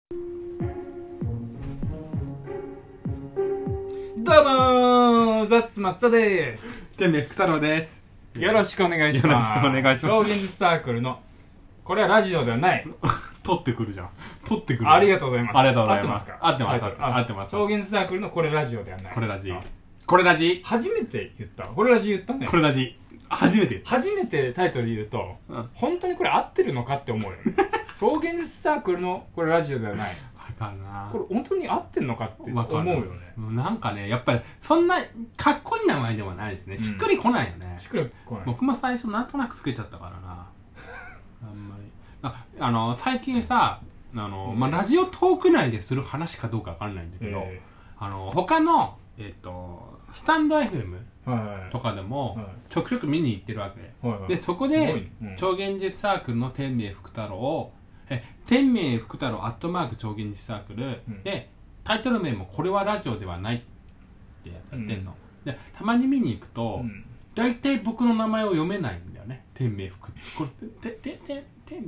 どうもー、ザッツ松田です。 天命福太郎です。 よろしくお願いします。 よろしくお願いします。 超現実サークルの、これはラジオではない。 取ってくるじゃん。取ってくる。 ありがとうございます。 ありがとうございます。 合ってますか？ 合ってます。 超現実サークルのこれラジオではない。 これラジ。これラジ。 初めて言った。これラジ言ったね。 これラジ。初めてタイトル言うと、本当にこれ合ってるのかって思うよね。超現実サークルのこれラジオではない。 わかんな。 これ本当に合ってんのかって思うよね。 なんかね、やっぱりそんなかっこいい名前でもないしね。しっくりこないよね。 しっくりこない。 僕も最初なんとなくつけちゃったからな。あんまり。最近さ、ラジオトーク内でする話かどうかわかんないんだけど、他のスタンド FM とかでもちょくちょく見に行ってるわけで、そこで超現実サークルの天命福太郎を天命福太郎@超現実サークルで、タイトル名もこれはラジオではないってやつやってんの、でたまに見に行くと大体僕の名前を読めないんだよね。天命福これ天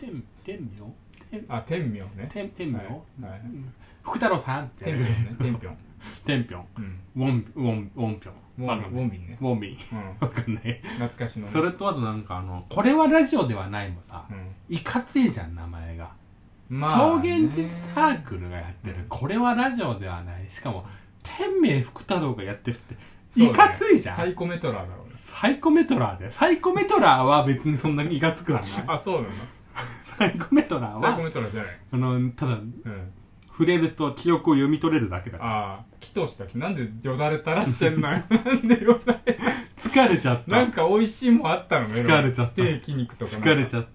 命福太郎さんって天平ね。 天平ウォンピョンウォンビンね。 ウォンビンわかんない。 懐かしの。 それとあとなんかこれはラジオではないもさ、いかついじゃん名前が。超現実サークルがやってるこれはラジオではない、しかも天命福太郎がやってるっていかついじゃん。 サイコメトラーだろうね。 サイコメトラーで、サイコメトラーは別にそんなにいかつくはない。 あ、そうなの。 サイコメトラーはサイコメトラーじゃない。 ただ触れると記憶を読み取れるだけだから。 ああ、祈祷したき。なんでよだれ垂らしてんのよ。なんでよだれ。 疲れちゃった。 なんか美味しいもんあったのね。 疲れちゃった。 ステーキ肉とか。 疲れちゃった。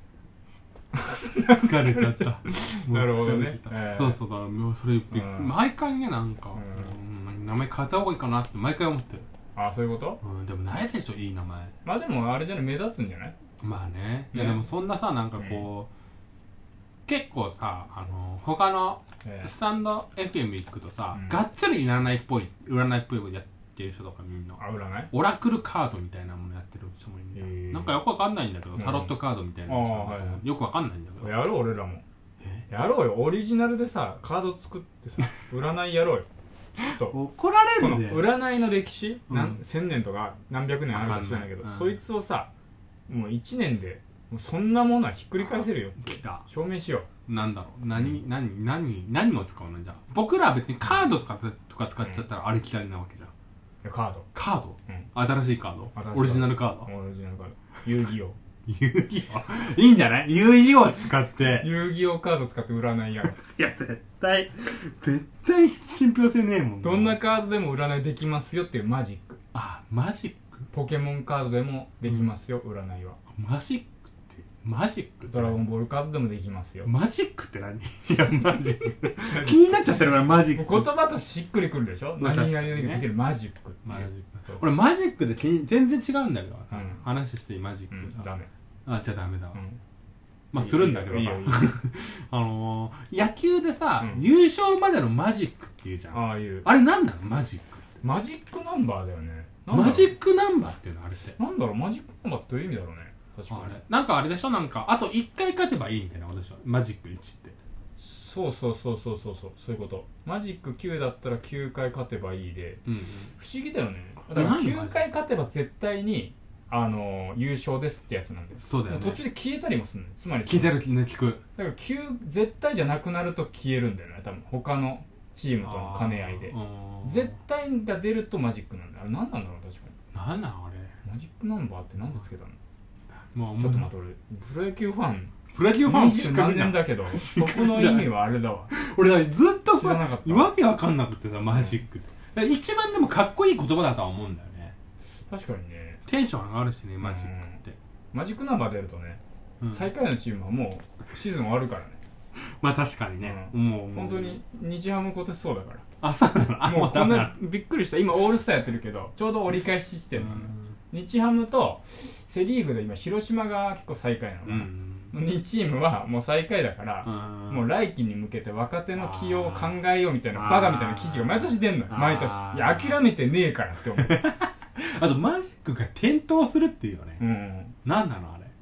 疲れちゃった。 なるほどね。 そうそうだ。もうそれ毎回ね、なんか名前変えた方がいいかなって毎回思ってる。 ああ、そういうこと？ でもないでしょ、いい名前。 まあでもあれじゃない、目立つんじゃない？ まあね。いやでもそんなさ、なんかこう結構さ、他のスタンド FM 行くとさ、がっつり占いっぽいことやってる人とかみんな。 あ、占い？ オラクルカードみたいなものやってる人もいるんだ。なんかよくわかんないんだけど、タロットカードみたいなよくわかんないんだけど。 やろう、俺らも。やろうよ、オリジナルでさ、カード作ってさ、占いやろうよ。 怒られるね。 この占いの歴史、1000年とか何百年あるか知らないけど、そいつをさ、もう1年でもうそんなものはひっくり返せるよ。 来た。 証明しよう。なんだろう。何を使うのじゃあ。僕らは別にカードとか使っちゃったらあれ嫌いなわけじゃん。 カード、 新しいカード、オリジナルカード、 遊戯王いいんじゃない？遊戯王使って遊戯王カード使って占いやる。 いや絶対信憑性ねえもん。 どんなカードでも占いできますよっていうマジック。 あ、マジック。 ポケモンカードでもできますよ、占いは。 マジックってマジック？ ドラゴンボールカードでもできますよ。 マジックって何？いやマジック気になっちゃってるから。マジック言葉としっくりくるでしょ。何ができるマジック。 俺マジックで全然違うんだけど、話していいマジックさ。 ダメ。 あ、じゃあダメだわ。まあするんだけどさ、野球でさ、優勝までのマジックっていうじゃん。あれ何なの？マジック。 マジックナンバーだよね。 マジックナンバーっていうのあれって。 なんだろう、マジックナンバーってどういう意味だろうね。確かに。 なんかあれでしょ、なんかあと1回勝てばいいみたいなことでしょ、マジック1って。 そういうこと。マジック9だったら9回勝てばいいで、不思議だよね。だから9回勝てば絶対に優勝ですってやつなんです。 そうだよね。 途中で消えたりもするの。つまり消えたり聞く。 だから9絶対じゃなくなると消えるんだよね、多分他のチームとの兼ね合いで。絶対が出るとマジックなんだよ。あれ何なんだろう。確かに何なんあれ。 マジックナンバーって何でつけたの？ もうちょっと待って、俺プロ野球ファン何年だけど、そこの意味はあれだわ。 俺ずっとわけわかんなくてさ、マジックって一番でもかっこいい言葉だとは思うんだよね。 確かにね。 テンション上がるしね、マジックって。 マジックナンバー出るとね、最下位のチームはもうシーズン終わるからね。 まあ確かにね。 もう本当に日ハム今年そうだから。 あ、そうなの。 もうこんなびっくりした。今オールスターやってるけど、ちょうど折り返ししてるの。日ハムとセリーグで今広島が結構最下位なのかな。2チームはもう最下位だから、もう来季に向けて若手の起用を考えようみたいなバカみたいな記事が毎年出んのよ。毎年。いや諦めてねえからって思う。 あとマジックが点灯するっていうよね。何なのあれ。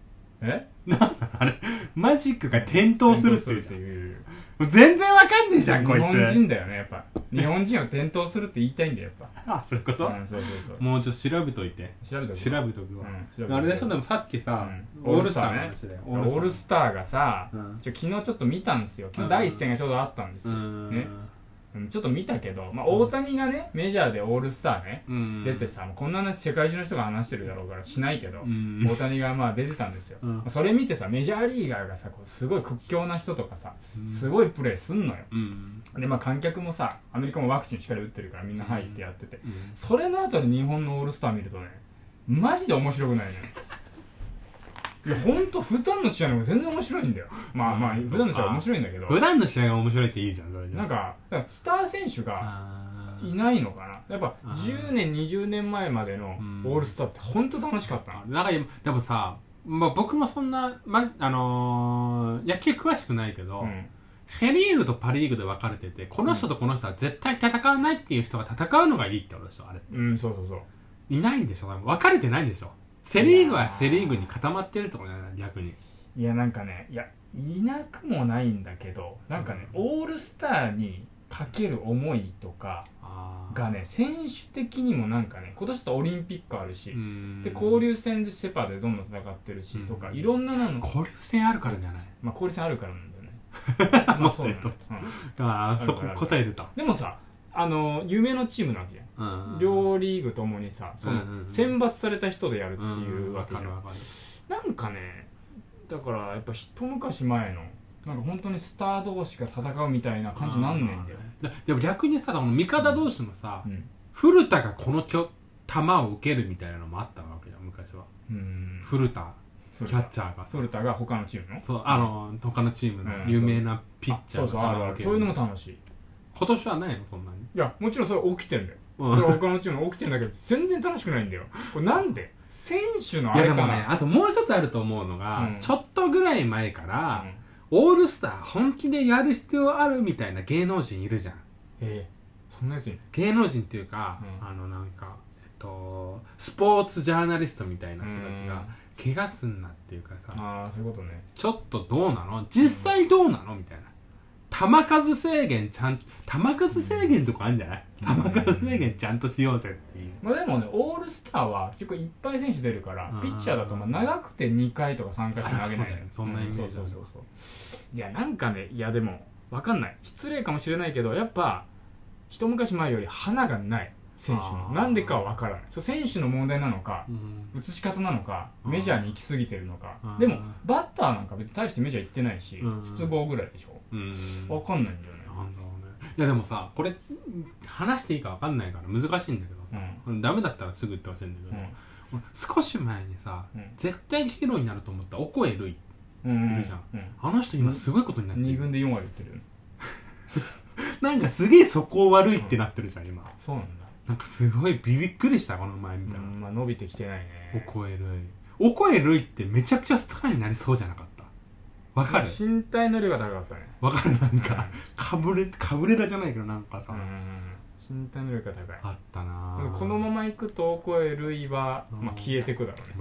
なんだあれマジックが点灯するっていうじゃん。全然わかんねえじゃんこいつ。 日本人だよねやっぱ。日本人は点灯するって言いたいんだよやっぱ。 あ、そういうこと、 そうもうちょっと調べといて。 調べとくわ。 あれでしょ。でもさっきさ、 オールスターね。オールスターがさ、昨日ちょっと見たんですよ。昨日第一戦がちょうどあったんですよね。ちょっと見たけど、大谷がねメジャーでオールスターね出てさ、こんな話世界中の人が話してるだろうからしないけど、大谷が出てたんですよ。それ見てさ、メジャーリーガーがさすごい屈強な人とかさすごいプレーすんのよ。で観客もさ、アメリカもワクチンしっかり打ってるからみんな入ってやってて、それの後に日本のオールスター見るとねマジで面白くないね。いやほんと普段の試合の方が全然面白いんだよ。普段の試合は面白いんだけど、 普段の試合が面白いっていいじゃんそれじゃ。 なんかスター選手がいないのかな。やっぱ10年20年前までのオールスターって本当楽しかったの。 なんかでもさ、僕もそんな、野球詳しくないけど、セリーグとパリーグで分かれてて、この人とこの人は絶対戦わないっていう人が戦うのがいいってことでしょあれ。 そういないんでしょ、分かれてないんでしょ。セリーグはセリーグに固まってるってことじゃない逆に。 いやなんかね、いなくもないんだけど、なんかね、オールスターにかける思いとかがね、選手的にもなんかね、今年とオリンピックあるし、で交流戦でセパでどんどん戦ってるしとか、いろんなの。 交流戦あるからじゃない。 交流戦あるからなんだよね。 もっと言うと、そこ答え出た。 でもさ、夢のチームなわけじゃん。両リーグともにさ、その選抜された人でやるっていうわけじゃん。なんかね、だからやっぱ一昔前のなんか本当にスター同士が戦うみたいな感じなんねんだよ。 でも逆にさ、味方同士のさ、古田がこの球を受けるみたいなのもあったわけじゃん昔は。古田キャッチャーが、 古田が他のチームの、 そう他のチームの有名なピッチャーがあるわけ。そういうのも楽しい。 今年はないのそんなに。 いやもちろんそれ起きてるんだよ。他のチーム起きてるんだけど全然楽しくないんだよ。これなんで選手のあれかな。いやでもね、 あともう一つあると思うのが、ちょっとぐらい前から、オールスター本気でやる必要あるみたいな芸能人いるじゃん。 そんなやつに芸能人っていうか、なんかスポーツジャーナリストみたいな人たちが怪我すんなっていうかさ、 そういうことね。 ちょっとどうなの実際どうなのみたいな。球数制限とかあるんじゃない？球数制限ちゃんとしようぜっていう。 でもね、オールスターは結構いっぱい選手出るから、ピッチャーだと長くて2回とか3回しか投げない。 そんなイメージ。 いやなんかね、いやでも分かんない、失礼かもしれないけど、やっぱ一昔前より花がない選手の。なんでかは分からない。選手の問題なのか、打ち方なのか、メジャーに行き過ぎてるのか。でもバッターなんか別に大してメジャー行ってないし、筒香ぐらいでしょ。分かんないんだよね。 いやでもさ、これ話していいか分かんないから難しいんだけど、ダメだったらすぐ言ってほしいんだけど、少し前にさ、絶対ヒーローになると思ったオコエルイいるじゃん。あの人今すごいことになってる。 2軍で4割打ってる。 なんかすげえそこ悪いってなってるじゃん今。 そうなんだ。 なんかすごいびっくりしたこの前見たら。 伸びてきてないね。 オコエルイってめちゃくちゃスターになりそうじゃなかった？わかる？ 身体能力が高かったね。 わかる？なんかかぶれらじゃないけどなんかさ、 身体能力が高い。 あったな。 このままいくとオコエルイは消えてくだろうね。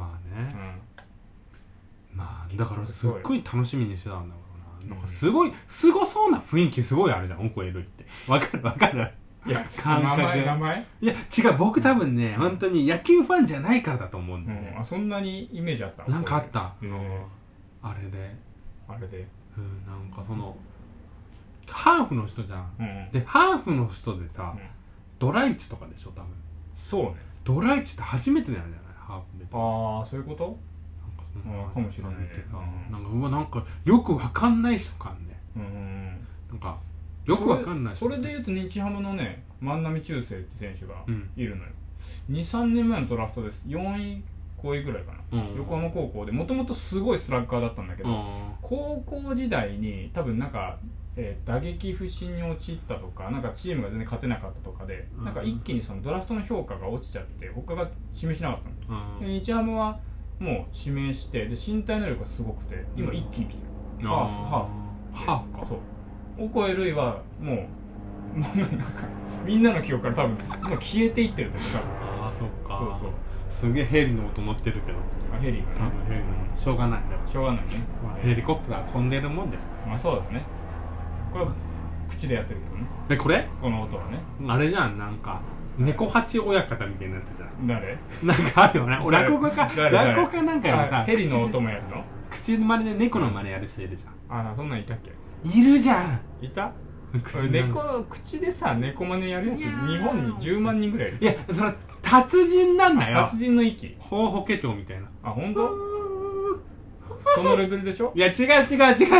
だからすっごい楽しみにしてたんだろうな。なんかすごそうな雰囲気すごいあるじゃんオコエルイって。わかる？いや名前いや違う、僕多分ね本当に野球ファンじゃないからだと思うんだよね。 そんなにイメージあった？ なんかあった。あれでなんかハーフの人じゃん。でハーフの人でさ、ドライチとかでしょ多分。 そうね。 ドライチって初めてなんじゃないハーフで。 そういうこと？なんかかもしれないね。 なんかよくわかんない人感ね。なんかよくわかんない。 それでいうと日ハムのね、万波中正って選手がいるのよ。23年前のドラフトです。4位5位ぐらいかな。横浜高校でもともとすごいスラッガーだったんだけど、高校時代に多分なんか打撃不振に陥ったとか、なんかチームが全然勝てなかったとかで、なんか一気にそのドラフトの評価が落ちちゃって他が指名しなかったの。で日ハムはもう指名して、で身体能力がすごくて今一気に来てる。ハーフか。そう。オコエルイはもうなんかみんなの記憶から多分もう消えていってるというか。 そっか。 すげえヘリの音持ってるけど、 ヘリがね、 多分ヘリの音しょうがないんだよ。 しょうがないね、 ヘリコプター飛んでるもんです。 まあそうだね。これは口でやってるけどね、 でこれこの音はね。 あれじゃん、なんか猫八親方みたいになってたじゃん。 誰？ なんかあるよね、落語家かなんかのさ、 ヘリの音もやるの？ 口の真似で猫の真似やる人いるじゃん。そんなんいたっけ？ いるじゃん。 いた？口でさ、猫真似やるやつ日本に10万人ぐらいいる。 いや、それ達人なんだよ。 達人の域。 ほうほけ町みたいな。 本当？そのレベルでしょ？ いや、違う。そ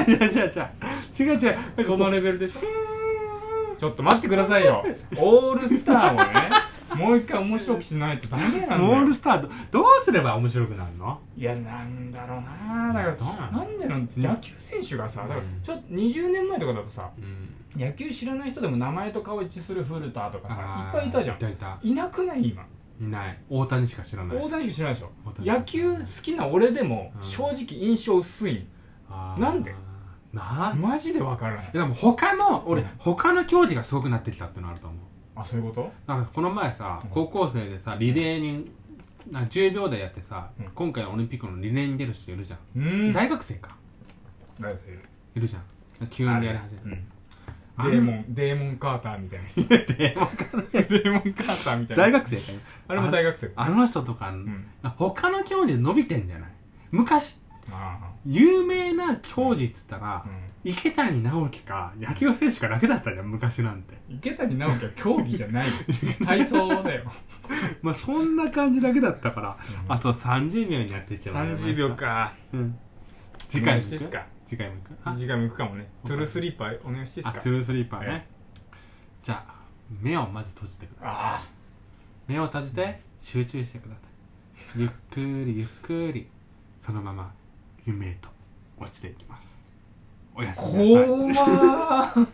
のレベルでしょ？ちょっと待ってくださいよ。オールスターをね、もう一回面白くしないとダメなんだよ。 オールスターどうすれば面白くなるの？ いや、なんだろうな。だからなんでの野球選手がさ、だからちょっと20年前とかだとさ、野球知らない人でも名前と顔一致する古田とかさ、いっぱいいたじゃん。いなくない？今いない。大谷しか知らない。 大谷しか知らないでしょ。野球好きな俺でも正直印象薄い。なんで？マジで分からない。 でも他の競技がすごくなってきたってのあると思う。 そういうこと？ なんかこの前さ、高校生でさ、リレーに10秒台やってさ、今回のオリンピックのリレーに出る人いるじゃん。大学生か。 大学生いるじゃん。急にやり始めた。 デーモンカーターみたいな人。デーモンカーターみたいな。 大学生かよ。 あれも大学生。 あの人とか、他の競技で伸びてんじゃない？昔有名な競技っつったら、池谷直樹か野球選手かだけだったじゃん、昔なんて。 池谷直樹は競技じゃないよ。体操だよ。 まあそんな感じだけだったから、あと30秒になってきちゃう。 30秒か。 次回も行くか。次回も行くかもね。トゥルースリーパーお願いしていいですか？ トゥルースリーパーね。じゃあ目をまず閉じてください。目を閉じて集中してください。ゆっくりゆっくりそのまま夢へと落ちていきます。おやすみなさい。 怖ー